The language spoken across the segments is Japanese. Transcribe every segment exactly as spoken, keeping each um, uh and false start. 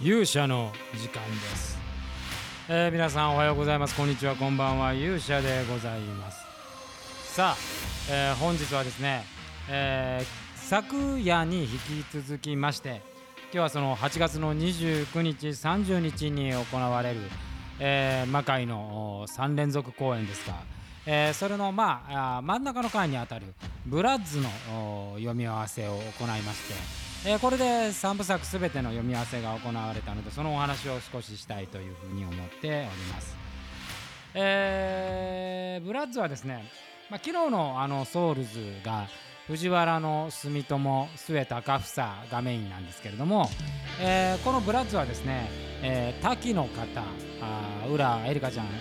勇者の時間です、えー、皆さんおはようございます、こんにちは、こんばんは。勇者でございます。さあ、えー、本日はですね、えー、昨夜に引き続きまして今日はそのはちがつのにじゅうくにちさんじゅうにちに行われる、えー、魔界のさんれんぞく公演ですが、えー、それの、まあ、あ真ん中の回にあたるブラッズの読み合わせを行いまして、えー、これでさんぶさくすべての読み合わせが行われたので、そのお話を少ししたいというふうに思っております。えー、ブラッズはですね、まあ、昨日のあのソウルズが藤原の住友末高房がメインなんですけれども、えー、このブラッズはですね、えー、滝の方、あ浦エリカちゃん、うん、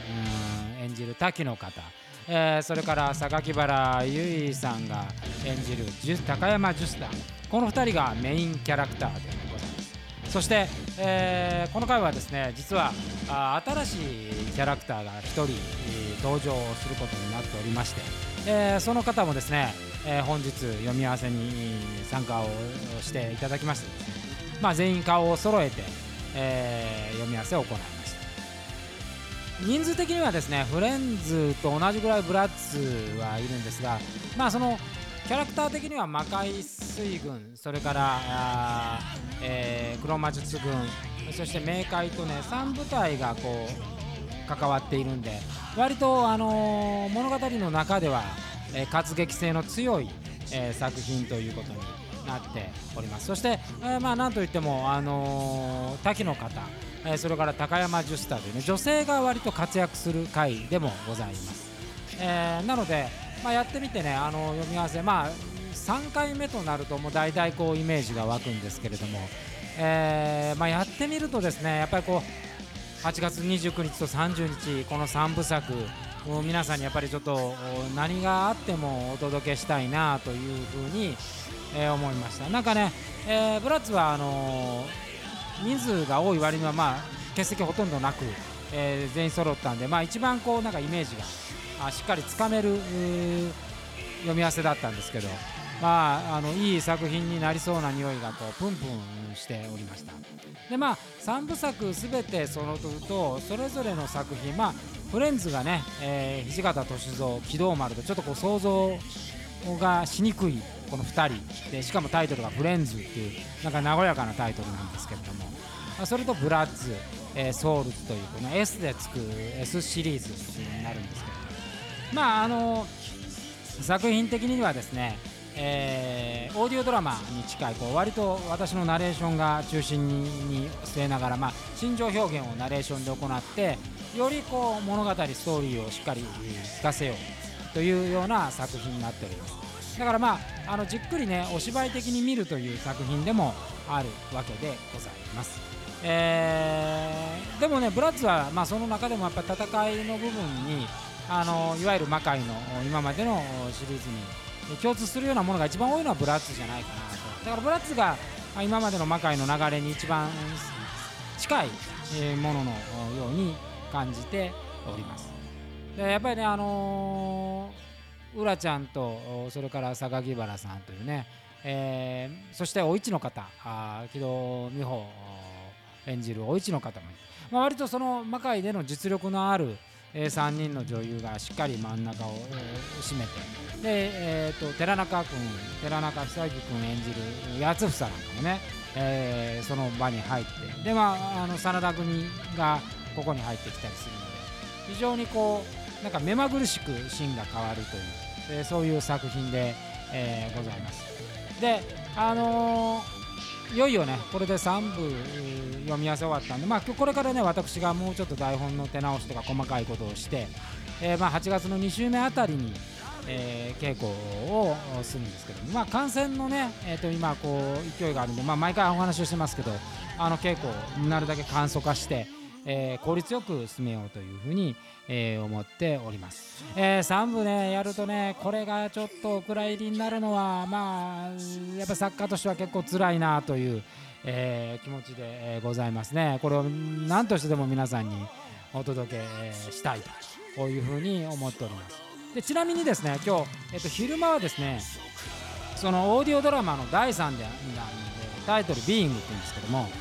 演じる滝の方、えー、それから榊原結衣さんが演じる高山ジュスタ、このふたりがメインキャラクターでございます。そして、えー、この回はですね、実はあ新しいキャラクターがひとり、えー、登場することになっておりまして、えー、その方もですね、えー、本日読み合わせに参加をしていただきましてですね、まあ、全員顔を揃えて、えー、読み合わせを行いました。人数的にはですね、フレンズと同じぐらいブラッツはいるんですが、まあそのキャラクター的には魔界水軍、それからあ、えー、黒魔術軍、そして冥界とねさんぶたいがこう関わっているんで、割と、あのー、物語の中では、えー、活劇性の強い、えー、作品ということになっております。そして、えー、まあなんといっても、あのー、滝の方、えー、それから高山ジュスタというね、女性が割と活躍する回でもございます。えー、なので、まあ、やってみてね、あの読み合わせ、まあさんかいめとなるともう大体こうイメージが湧くんですけれども、えーまあ、やってみるとですね、やっぱりこうはちがつにじゅうくにちとさんじゅうにち、このさんぶさくを皆さんにやっぱりちょっと何があってもお届けしたいなというふうに、えー、思いました。なんかね、えー、ブラッツはあのー、人数が多い割には、まあ、欠席ほとんどなく、えー、全員揃ったんで、まあ、一番こうなんかイメージがあしっかりつかめる読み合わせだったんですけど、まあ、あのいい作品になりそうな匂いがこうプンプンしておりました。で、まあ、さんぶさくすべて揃うとそれぞれの作品、まあ、フレンズがね、えー、土方歳三、木戸丸とちょっとこう想像がしにくいこのふたりで、しかもタイトルがフレンズっていうなんか和やかなタイトルなんですけれども、それとブラッズ、えー、ソウルズというこの S でつく S シリーズになるんですけど、まああの作品的にはですね、えー、オーディオドラマに近いこう割と私のナレーションが中心に据えながら、まあ、心情表現をナレーションで行って、よりこう物語ストーリーをしっかり聞かせようというような作品になっております。だから、まあ、あのじっくりねお芝居的に見るという作品でもあるわけでございます。えー、でもねブラッツは、まあ、その中でもやっぱ戦いの部分にあのいわゆる魔界の今までのシリーズに共通するようなものが一番多いのはブラッツじゃないかなと。だからブラッツが今までの魔界の流れに一番近いもののように感じております。でやっぱりね、あのー、浦ちゃんとそれから榊原さんというね、えー、そしてお市の方、木戸美穂演じるお市の方もいて、まあ、割とその魔界での実力のあるさんにんの女優がしっかり真ん中を占めて、で、えー、と寺中君寺中久之君演じる八房なんかもね、えー、その場に入って、で、まあ、あの真田組がここに入ってきたりするので、非常にこうなんか目まぐるしくシーンが変わるという、えー、そういう作品で、えー、ございます。で、あのーいよいよねこれでさんぶ読み合わせ終わったんで、まあ、これからね私がもうちょっと台本の手直しとか細かいことをして、えー、まあはちがつのに週目あたりに、えー、稽古をするんですけども、まあ、感染のね、えー、と今こう勢いがあるんで、まあ、毎回お話をしてますけど、あの稽古をなるだけ簡素化して、えー、効率よく進めようというふうに、えー、思っております。えー、さんぶねやるとね、これがちょっとお蔵入りになるのは、まあやっぱ作家としては結構辛いなという、えー、気持ちで、えー、ございますね。これを何としてでも皆さんにお届け、えー、したいとこういうふうに思っております。でちなみにですね、今日、えっと、昼間はですね、そのオーディオドラマのだいさんでタイトル「ビーイング」って言うんですけども、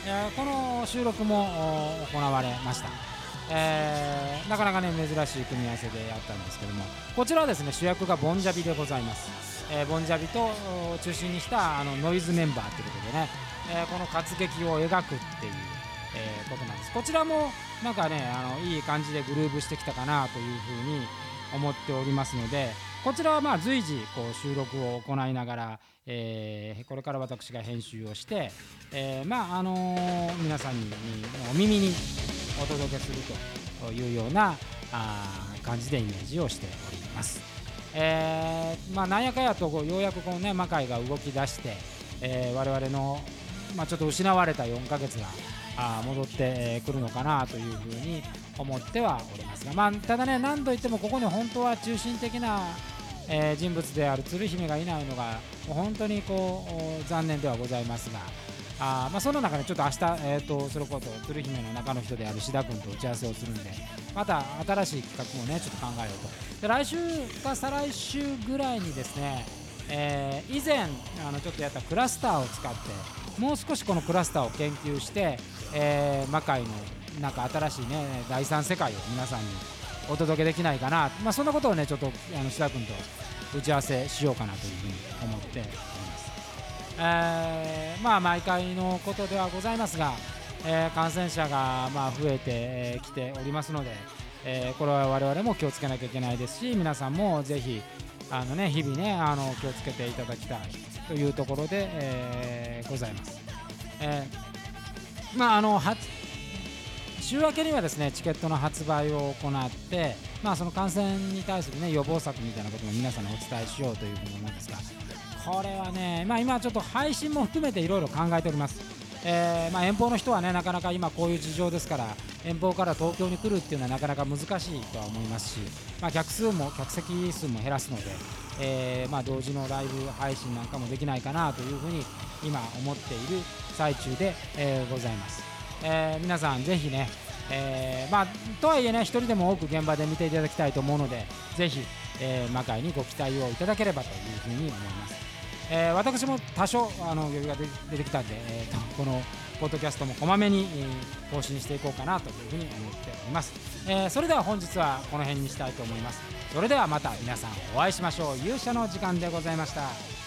えー、この収録も行われました。えー、なかなかね珍しい組み合わせでやったんですけども、こちらはですね主役がボンジャビでございます。えー、ボンジャビと中心にしたあのノイズメンバーということでね、えー、この活劇を描くっていう、えー、ことなんです。こちらもなんかねあのいい感じでグルーブしてきたかなというふうに思っておりますので、こちらはまあ随時こう収録を行いながら、えー、これから私が編集をして、えー、まああのー、皆さんにお耳にお届けするというようなあ感じでイメージをしております。えー、まあなんやかやとこうようやくこのね魔界が動き出して、えー、我々の、まあ、ちょっと失われたよんかげつがあ戻ってくるのかなというふうに思ってはおりますが、まあ、ただね何といってもここに本当は中心的な、えー、人物である鶴姫がいないのがもう本当にこう残念ではございますが、あまあその中でちょっと明日、えー、とそれこそ鶴姫の中の人である志田君と打ち合わせをするんで、また新しい企画もねちょっと考えようと。で来週か再来週ぐらいにですね、えー、以前あのちょっとやったクラスターを使ってもう少しこのクラスターを研究して、えー、魔界のなんか新しいね第三世界を皆さんにお届けできないかな、まあ、そんなことをねちょっとあの志田君と打ち合わせしようかなというふうに思っております。えー、まあ毎回のことではございますが、えー、感染者がまあ増えてきておりますので、えー、これは我々も気をつけなきゃいけないですし、皆さんもぜひあの、ね、日々ねあの気をつけていただきたいというところで、えー、ございます。えー、まああの週明けにはですねチケットの発売を行って、まあ、その感染に対する、ね、予防策みたいなことも皆さんにお伝えしようというふうに思うんですが、これはね、まあ、今ちょっと配信も含めていろいろ考えております。えーまあ、遠方の人はねなかなか今こういう事情ですから遠方から東京に来るっていうのはなかなか難しいとは思いますし、まあ、客数も客席数も減らすので、えーまあ、同時のライブ配信なんかもできないかなというふうに今思っている最中で、えー、ございます。えー、皆さんぜひね、えーまあ、とはいえね一人でも多く現場で見ていただきたいと思うのでぜひ、えー、魔界にご期待をいただければというふうに思います。えー、私も多少あの余裕が出てきたんで、えー、とこのポッドキャストもこまめに、えー、更新していこうかなというふうに思っております。えー、それでは本日はこの辺にしたいと思います。それではまた皆さんお会いしましょう。勇者の時間でございました。